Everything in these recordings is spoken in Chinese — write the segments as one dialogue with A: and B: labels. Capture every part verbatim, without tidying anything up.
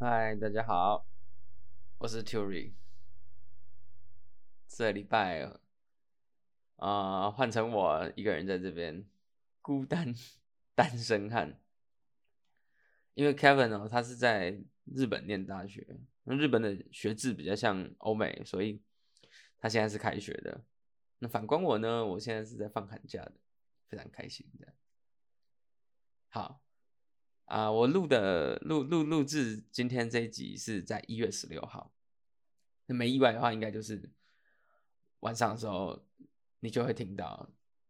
A: 嗨，大家好，我是 Tury。这礼拜啊，呃换成我一个人在这边孤单单身汉。因为 Kevin 哦，他是在日本念大学，那日本的学制比较像欧美，所以他现在是开学的。那反观我呢，我现在是在放寒假的，非常开心的。好啊，我录的录录录制今天这一集是在一月十六号。那没意外的话，应该就是晚上的时候你就会听到。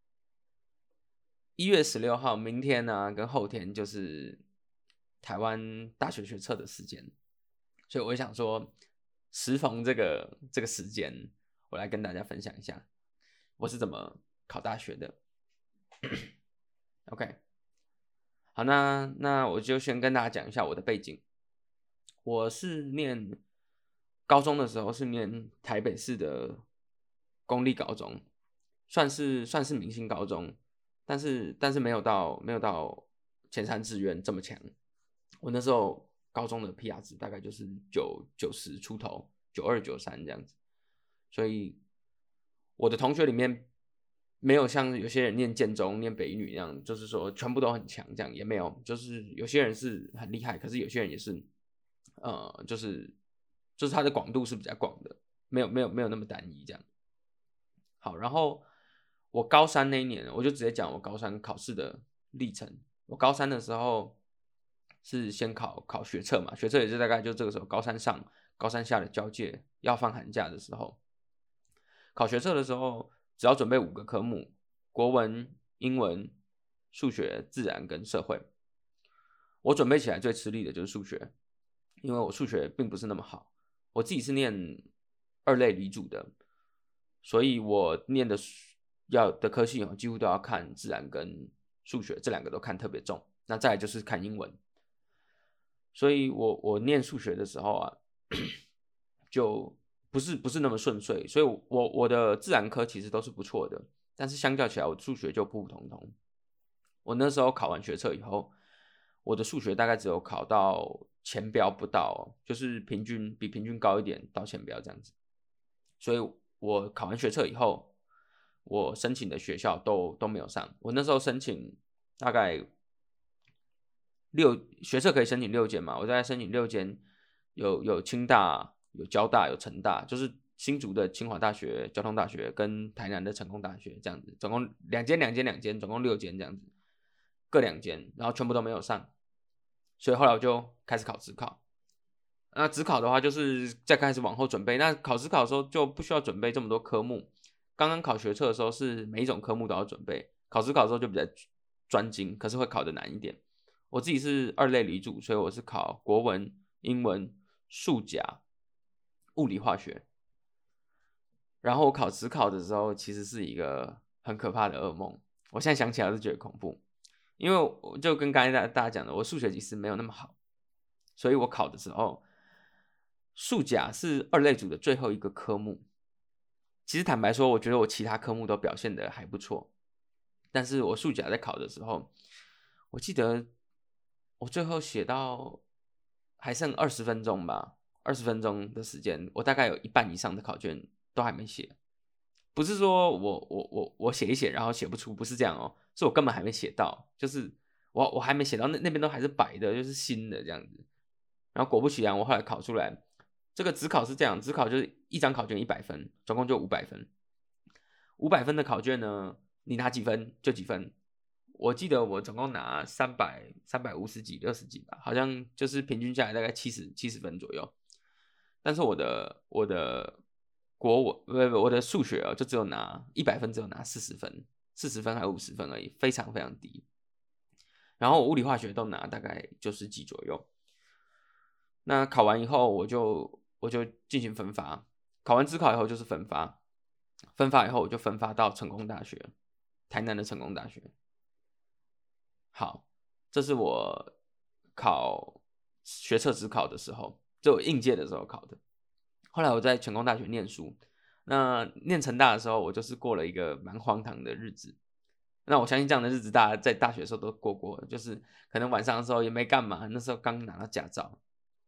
A: 一月十六号，明天呢、啊、跟后天就是台湾大学学测的时间，所以我想说，时逢这个这个时间，我来跟大家分享一下我是怎么考大学的。OK， 好，那那我就先跟大家讲一下我的背景。我是念高中的时候是念台北市的公立高中，算是算是明星高中，但是但是没有到没有到前三志愿这么强。我那时候高中的 P R 值大概就是九九十出头，九二九三这样子，所以我的同学里面没有像有些人念建中、念北一女那样，就是说全部都很强，这样也没有，就是有些人是很厉害，可是有些人也是，呃，就是就是它的广度是比较广的，没有没有没有那么单一这样。好，然后我高三那一年，我就直接讲我高三考试的历程。我高三的时候是先考考学测嘛，学测也是大概就这个时候，高三上、高三下的交界，要放寒假的时候。考学测的时候，只要准备五个科目：国文、英文、数学、自然跟社会。我准备起来最吃力的就是数学，因为我数学并不是那么好。我自己是念二类理组的，所以我念的要的科系几乎都要看自然跟数学，这两个都看特别重。那再来就是看英文，所以我我念数学的时候啊，就不是不是那么顺遂，所以我我的自然科其实都是不错的，但是相较起来，我数学就普普通通。我那时候考完学测以后，我的数学大概只有考到前标不到，就是平均比平均高一点到前标这样子。所以我考完学测以后，我申请的学校都都没有上。我那时候申请大概六学测可以申请六间嘛，我大概申请六间，有有清大、有交大、有成大，就是新竹的清华大学、交通大学跟台南的成功大学这样子，总共两间、两间、两间，总共六间这样子，各两间，然后全部都没有上，所以后来我就开始考职考。那职考的话，就是再开始往后准备。那考职考的时候就不需要准备这么多科目。刚刚考学测的时候是每一种科目都要准备，考职考的时候就比较专精，可是会考的难一点。我自己是二类理组，所以我是考国文、英文、数甲、物理、化学。然后我考职考的时候，其实是一个很可怕的噩梦。我现在想起来是觉得恐怖，因为我就跟刚才大家讲的，我数学其实没有那么好，所以我考的时候。数甲是二类组的最后一个科目。其实坦白说，我觉得我其他科目都表现得还不错，但是我数甲在考的时候，我记得我最后写到还剩二十分钟吧，二十分钟的时间，我大概有一半以上的考卷都还没写。不是说我我我我写一写然后写不出，不是这样哦，是我根本还没写到，就是我我还没写到那那边都还是白的，就是新的这样子。然后果不其然，我后来考出来。这个职考是这样，职考就是一张考卷一百分，总共就五百分。五百分的考卷呢，你拿几分就几分。我记得我总共拿三百三百五十几六十几吧，好像就是平均下来大概七十七十分左右。但是我的我的国文不不我的数学哦，就只有拿一百分，只有拿四十分，四十分还五十分而已，非常非常低。然后我物理化学都拿大概九十几左右。那考完以后，我就我就进行分发。考完自考以后就是分发，分发以后我就分发到成功大学，台南的成功大学。好，这是我考学测自考的时候，就我应届的时候考的。后来我在成功大学念书，那念成大的时候，我就是过了一个蛮荒唐的日子。那我相信这样的日子，大家在大学的时候都过过，就是可能晚上的时候也没干嘛，那时候刚拿到驾照。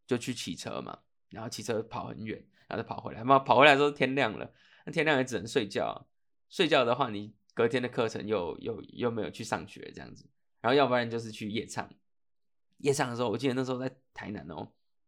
A: 就去骑车嘛，然后骑车跑很远，然后再跑回来，跑回来的时候天亮了，那天亮也只能睡觉，睡觉的话你隔天的课程又又又没有去上学这样子，然后要不然就是去夜唱，夜唱的时候，我记得那时候在台南哦，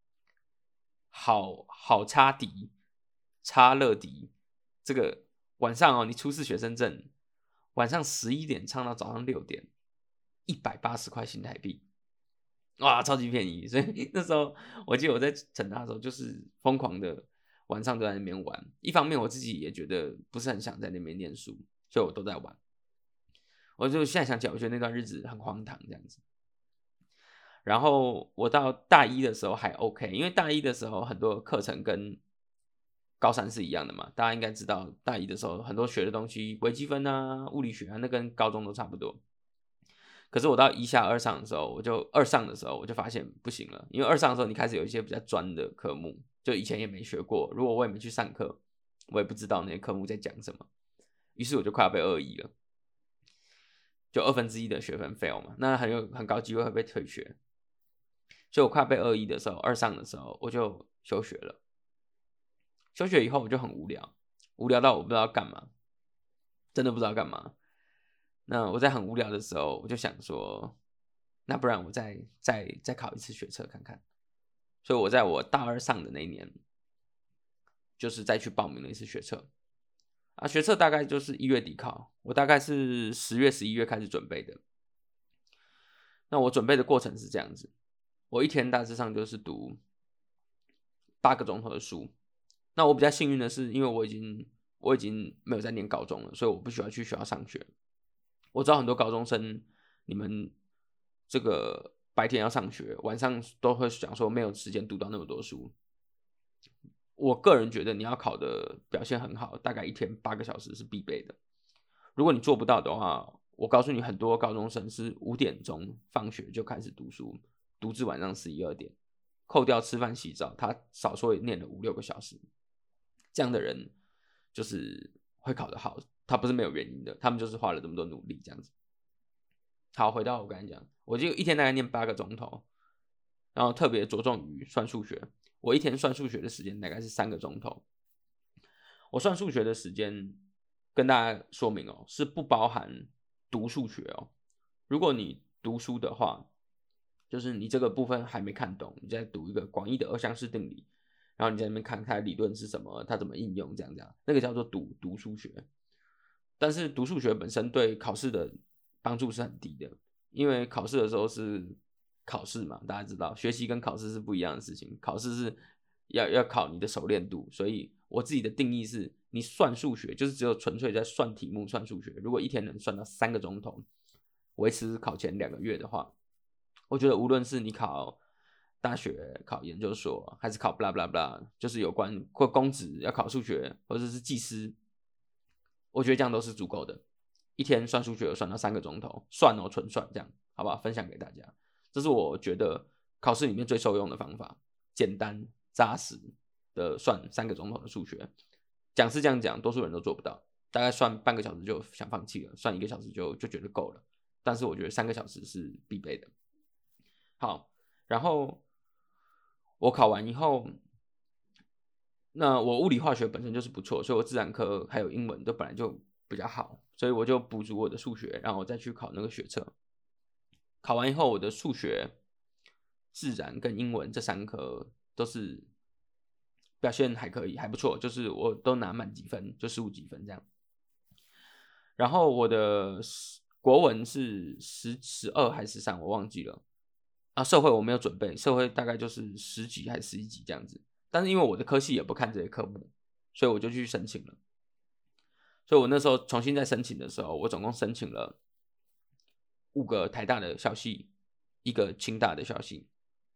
A: 好好差迪差乐迪，这个晚上哦，你出示学生证，晚上十一点唱到早上六点，一百八十块新台币。哇，超级便宜！所以那时候我记得我在成大的时候，就是疯狂的晚上都在那边玩。一方面我自己也觉得不是很想在那边念书，所以我都在玩。我就现在想起来，我觉得那段日子很荒唐这样子。然后我到大一的时候还 OK， 因为大一的时候很多课程跟高三是一样的嘛，大家应该知道，大一的时候很多学的东西，微积分啊、物理学啊，那跟高中都差不多。可是我到一下二上的时候，我就二上的时候我就发现不行了，因为二上的时候你开始有一些比较专的科目，就以前也没学过，如果我也没去上课，我也不知道那些科目在讲什么，于是我就快要被二一了，就二分之一的学分 fail 嘛，那很有很高机会会被退学，所以我快要被二一的时候，二上的时候我就休学了。休学以后我就很无聊，无聊到我不知道干嘛，真的不知道干嘛。那我在很无聊的时候，我就想说，那不然我再再再考一次学测看看。所以我在我大二上的那一年，就是再去报名了一次学测。啊，学测大概就是一月底考，我大概是十月、十一月开始准备的。那我准备的过程是这样子，我一天大致上就是读八个钟头的书。那我比较幸运的是，因为我已经我已经没有在念高中了，所以我不需要去学校上学。我知道很多高中生，你们这个白天要上学，晚上都会想说没有时间读到那么多书。我个人觉得你要考的表现很好，大概一天八个小时是必备的。如果你做不到的话，我告诉你，很多高中生是五点钟放学就开始读书，读至晚上十一二点，扣掉吃饭洗澡，他少说也念了五六个小时。这样的人就是会考得好，他不是没有原因的，他们就是花了这么多努力这样子。好，回到我刚才讲，我就一天大概念八个钟头，然后特别着重于算数学。我一天算数学的时间大概是三个钟头。我算数学的时间跟大家说明哦，是不包含读数学哦。如果你读书的话，就是你这个部分还没看懂，你在读一个广义的二项式定理，然后你在那边看它的理论是什么，它怎么应用，这样这样，那个叫做读读数学。但是读数学本身对考试的帮助是很低的，因为考试的时候是考试嘛，大家知道学习跟考试是不一样的事情，考试是要要考你的熟练度，所以我自己的定义是，你算数学就是只有纯粹在算题目算数学，如果一天能算到三个钟头，维持考前两个月的话，我觉得无论是你考大学、考研究所，还是考 blah blah blah， 就是有关或公职要考数学，或者是技师，我觉得这样都是足够的。一天算数学有算到三个钟头，算哦，纯算这样，好不好？分享给大家，这是我觉得考试里面最受用的方法，简单扎实的算三个钟头的数学。讲是这样讲，多数人都做不到，大概算半个小时就想放弃了，算一个小时就就觉得够了。但是我觉得三个小时是必备的。好，然后我考完以后，那我物理化学本身就是不错，所以我自然科还有英文都本来就比较好，所以我就补足我的数学，然后我再去考那个学测。考完以后，我的数学、自然跟英文这三科都是表现还可以，还不错，就是我都拿满几分，就十五几分这样。然后我的国文是十十二还是十三，我忘记了。啊，社会我没有准备，社会大概就是十几还是十一级这样子。但是因为我的科系也不看这些科目，所以我就去申请了。所以我那时候重新再申请的时候，我总共申请了五个台大的校系，一个清大的校系。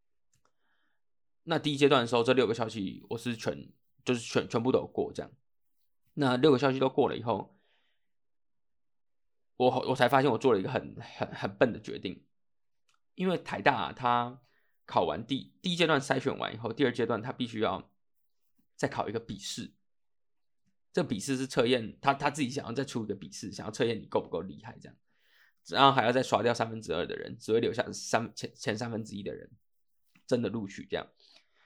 A: 那第一阶段的时候，这六个校系我是全就是全全部都有过这样。那六个校系都过了以后，我我才发现我做了一个很很很笨的决定，因为台大、啊、它考完第第一阶段筛选完以后，第二阶段它必须要再考一个笔试。这笔试是测验他他自己想要再出一个笔试，想要测验你够不够厉害这样，然后还要再刷掉三分之二的人，只会留下三前前三分之一的人真的录取这样。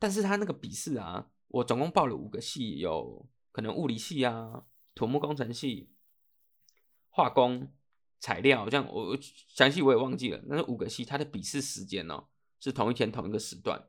A: 但是他那个笔试啊，我总共报了五个系，有可能物理系啊、土木工程系、化工、材料，这样我详细我也忘记了。但是五个系，它的笔试时间哦是同一天同一个时段，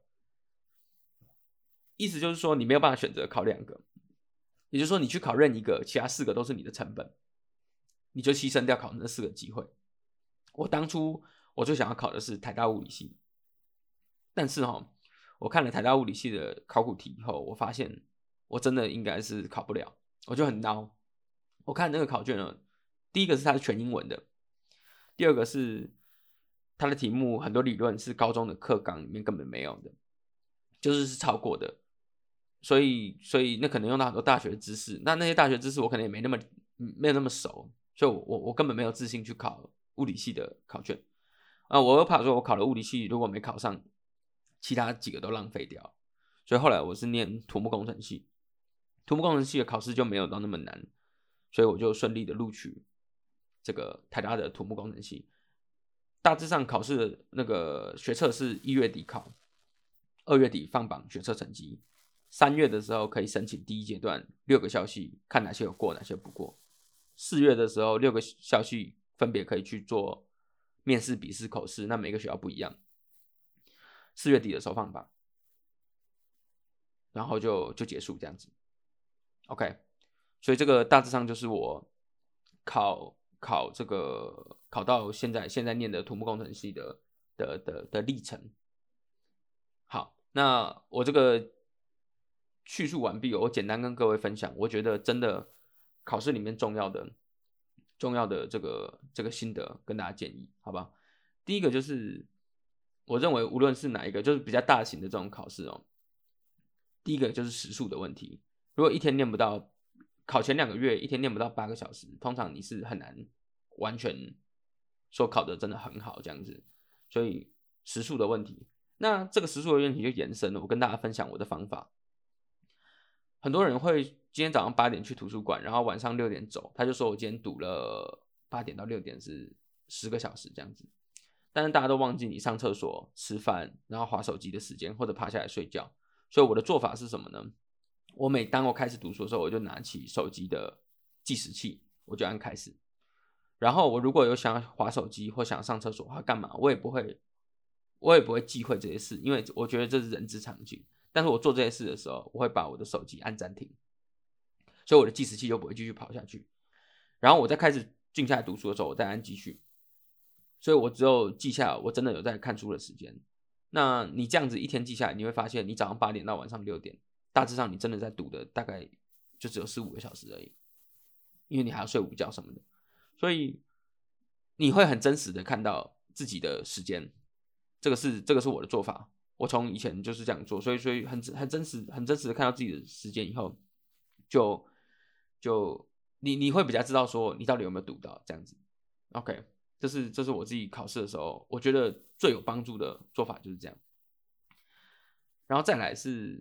A: 意思就是说你没有办法选择考两个，也就是说你去考任一个，其他四个都是你的成本，你就牺牲掉考那四个机会。我当初我最想要考的是台大物理系，但是哈，我看了台大物理系的考古题以后，我发现我真的应该是考不了，我就很孬。我看那个考卷呢，第一个是它是全英文的，第二个是它的题目很多理论是高中的课纲里面根本没有的，就是是抄过的，所以所以那可能用到很多大学知识，那那些大学知识我可能也没那么没有那么熟，所以我我我根本没有自信去考物理系的考卷啊，我又怕说我考了物理系如果没考上，其他几个都浪费掉，所以后来我是念土木工程系，土木工程系的考试就没有到那么难，所以我就顺利的录取这个台大的土木工程系。大致上考试的那个学测是一月底考，二月底放榜学测成绩，三月的时候可以申请第一阶段六个校系，看哪些有过，哪些不过。四月的时候六个校系分别可以去做面试、笔试、口试，那每个学校不一样。四月底的时候放榜，然后就就结束这样子。OK， 所以这个大致上就是我考考这个考到现在现在念的土木工程系的的的的历程。好，那我这个叙述完毕，我简单跟各位分享，我觉得真的考试里面重要的重要的这个这个心得跟大家建议，好吧？第一个就是我认为无论是哪一个，就是比较大型的这种考试哦，第一个就是时数的问题，如果一天念不到，考前两个月一天念不到八个小时，通常你是很难完全说考的真的很好这样子，所以时数的问题。那这个时数的问题就延伸了，我跟大家分享我的方法。很多人会今天早上八点去图书馆，然后晚上六点走，他就说我今天读了八点到六点是十个小时这样子。但是大家都忘记你上厕所、吃饭，然后滑手机的时间，或者趴下来睡觉。所以我的做法是什么呢？我每当我开始读书的时候，我就拿起手机的计时器，我就按开始。然后我如果有想要滑手机或想上厕所或干嘛，我也不会，我也不会忌讳这些事，因为我觉得这是人之常情。但是我做这些事的时候，我会把我的手机按暂停，所以我的计时器就不会继续跑下去。然后我再开始静下来读书的时候，我再按继续。所以我只有记下我真的有在看书的时间。那你这样子一天记下来，你会发现你早上八点到晚上六点，大致上你真的在读的大概就只有四五个小时而已，因为你还要睡午觉什么的，所以你会很真实的看到自己的时间。这个是这个是我的做法，我从以前就是这样做，所以所以很很真实很真实的看到自己的时间以后，就就你你会比较知道说你到底有没有读到这样子。OK。这是这是我自己考试的时候，我觉得最有帮助的做法就是这样。然后再来是，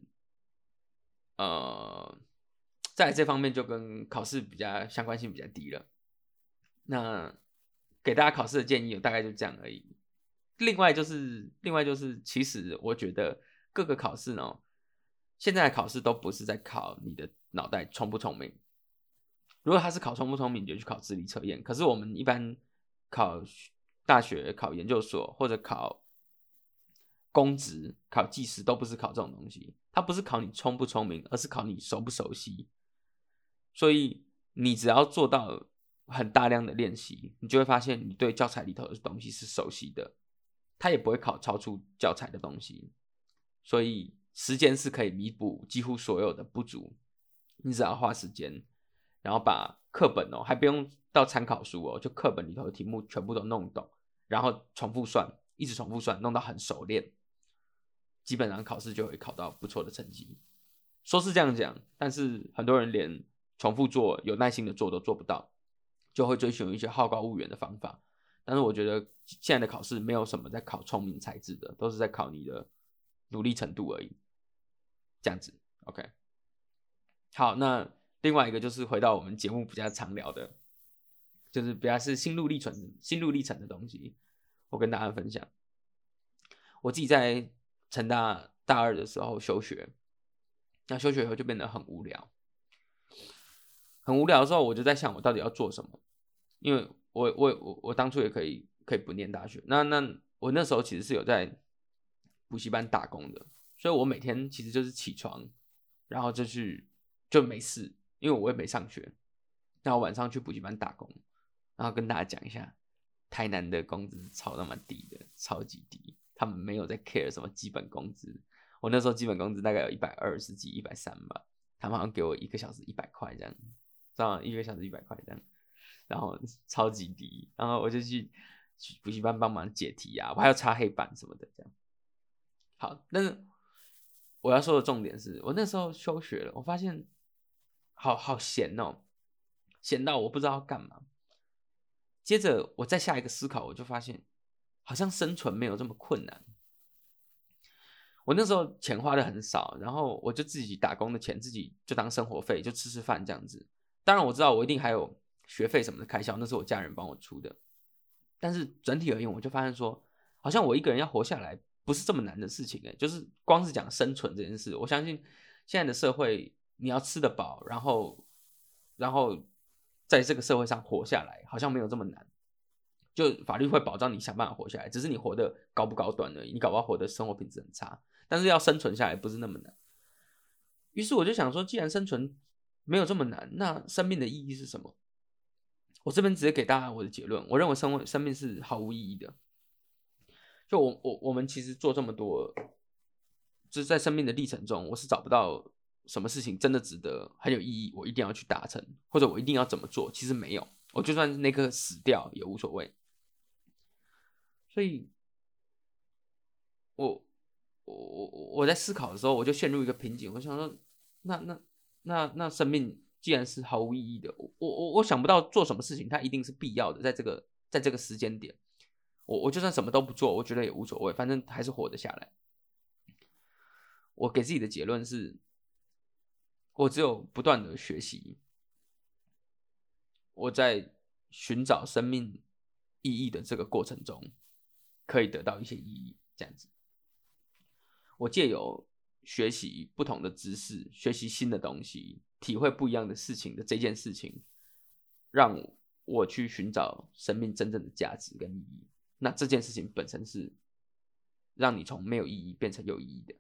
A: 呃，在这方面就跟考试比较相关性比较低了。那给大家考试的建议大概就这样而已。另外就是，另外就是，其实我觉得各个考试呢，现在的考试都不是在考你的脑袋聪不聪明。如果他是考聪不聪明，你就去考智力测验。可是我们一般考大学、考研究所或者考公职、考技师，都不是考这种东西。它不是考你聪不聪明，而是考你熟不熟悉。所以你只要做到很大量的练习，你就会发现你对教材里头的东西是熟悉的。它也不会考超出教材的东西，所以时间是可以弥补几乎所有的不足。你只要花时间，然后把课本哦，还不用到参考书哦，就课本里头的题目全部都弄懂，然后重复算，一直重复算，弄到很熟练，基本上考试就会考到不错的成绩。说是这样讲，但是很多人连重复做、有耐心的做都做不到，就会追求一些好高骛远的方法。但是我觉得现在的考试没有什么在考聪明才智的，都是在考你的努力程度而已。这样子 ，OK。好，那另外一个就是回到我们节目比较常聊的，就是比较是心路历程、心路历程的东西，我跟大家分享。我自己在成大大二的时候休学，那休学以后就变得很无聊，很无聊的时候，我就在想我到底要做什么，因为我我我我当初也可以可以不念大学，那那我那时候其实是有在补习班打工的，所以我每天其实就是起床，然后就去就没事，因为我也没上学，那我晚上去补习班打工，然后跟大家讲一下，台南的工资超那么低的，超级低，他们没有在 care 什么基本工资。我那时候基本工资大概有一百二十几、一百三吧，他们好像给我一个小时一百块这样，这样一个小时一百块这样，然后超级低，然后我就去去补习班帮忙解题啊，我还要擦黑板什么的这样。好，但是我要说的重点是我那时候休学了，我发现好好闲哦，闲到我不知道要干嘛。接着我再下一个思考，我就发现好像生存没有这么困难。我那时候钱花的很少，然后我就自己打工的钱自己就当生活费，就吃吃饭这样子。当然我知道我一定还有学费什么的开销，那是我家人帮我出的。但是整体而言，我就发现说，好像我一个人要活下来不是这么难的事情哎、欸，就是光是讲生存这件事，我相信现在的社会，你要吃得饱，然后然后在这个社会上活下来，好像没有这么难。就法律会保障你想办法活下来，只是你活得高不高端而已，你搞不好活得生活品质很差，但是要生存下来不是那么难。于是我就想说，既然生存没有这么难，那生命的意义是什么？我这边直接给大家我的结论，我认为生生命是毫无意义的。就我我我们其实做这么多，就是在生命的历程中，我是找不到什么事情真的值得很有意义，我一定要去达成，或者我一定要怎么做，其实没有，我就算那颗死掉也无所谓。所以我我我我在思考的时候，我就陷入一个瓶颈。我想说，那那那那生命既然是毫无意义的，我我我想不到做什么事情它一定是必要的，在这个在这个时间点，我我就算什么都不做，我觉得也无所谓，反正还是活得下来。我给自己的结论是，我只有不断的学习，我在寻找生命意义的这个过程中，可以得到一些意义，这样子。我借由学习不同的知识，学习新的东西，体会不一样的事情的这件事情，让我去寻找生命真正的价值跟意义。那这件事情本身是让你从没有意义变成有意义的。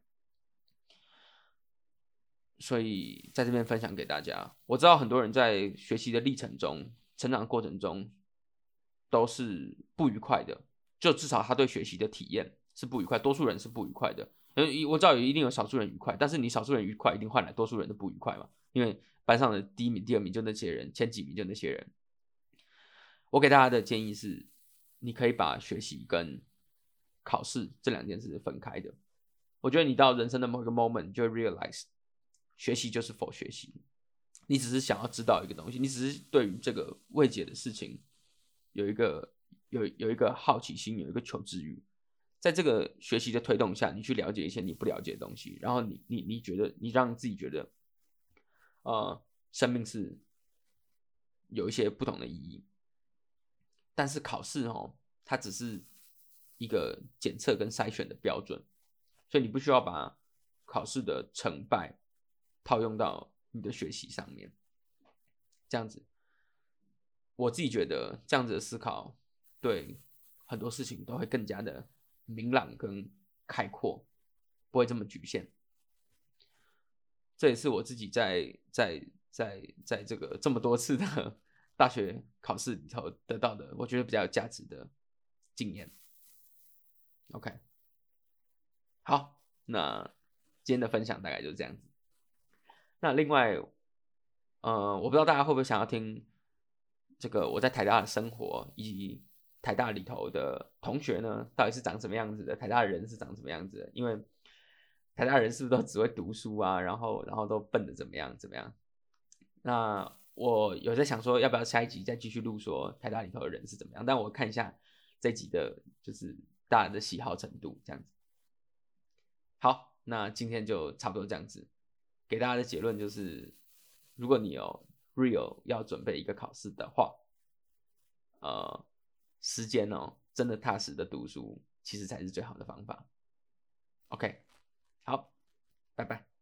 A: 所以在这边分享给大家，我知道很多人在学习的历程中、成长过程中都是不愉快的，就至少他对学习的体验是不愉快，多数人是不愉快的。我知道一定有少数人愉快，但是你少数人愉快一定换来多数人的不愉快嘛？因为班上的第一名、第二名就那些人，前几名就那些人。我给大家的建议是，你可以把学习跟考试这两件事分开的。我觉得你到人生的某一个 moment 就会 realize， 学习就是 for 学习，你只是想要知道一个东西，你只是对于这个未解的事情有一个有有一个好奇心，有一个求知欲。在这个学习的推动下，你去了解一些你不了解的东西，然后你你你觉得你让自己觉得，呃，生命是有一些不同的意义。但是考试哦，它只是一个检测跟筛选的标准，所以你不需要把考试的成败套用到你的学习上面。这样子，我自己觉得这样子的思考，对很多事情都会更加的明朗跟开阔，不会这么局限。这也是我自己在在在在这个这么多次的大学考试里头得到的，我觉得比较有价值的经验。OK， 好，那今天的分享大概就是这样子。那另外，呃，我不知道大家会不会想要听这个我在台大的生活，以及台大里头的同学呢，到底是长什么样子的？台大的人是长什么样子的？因为台大人是不是都只会读书啊？然后，然后都笨的怎么样怎么样？那我有在想说，要不要下一集再继续录说台大里头的人是怎么样？但我看一下这集的，就是大家的喜好程度这样子。好，那今天就差不多这样子，给大家的结论就是，如果你有 real 要准备一个考试的话，呃，时间哦，真的踏实的读书，其实才是最好的方法。OK， 好，拜拜。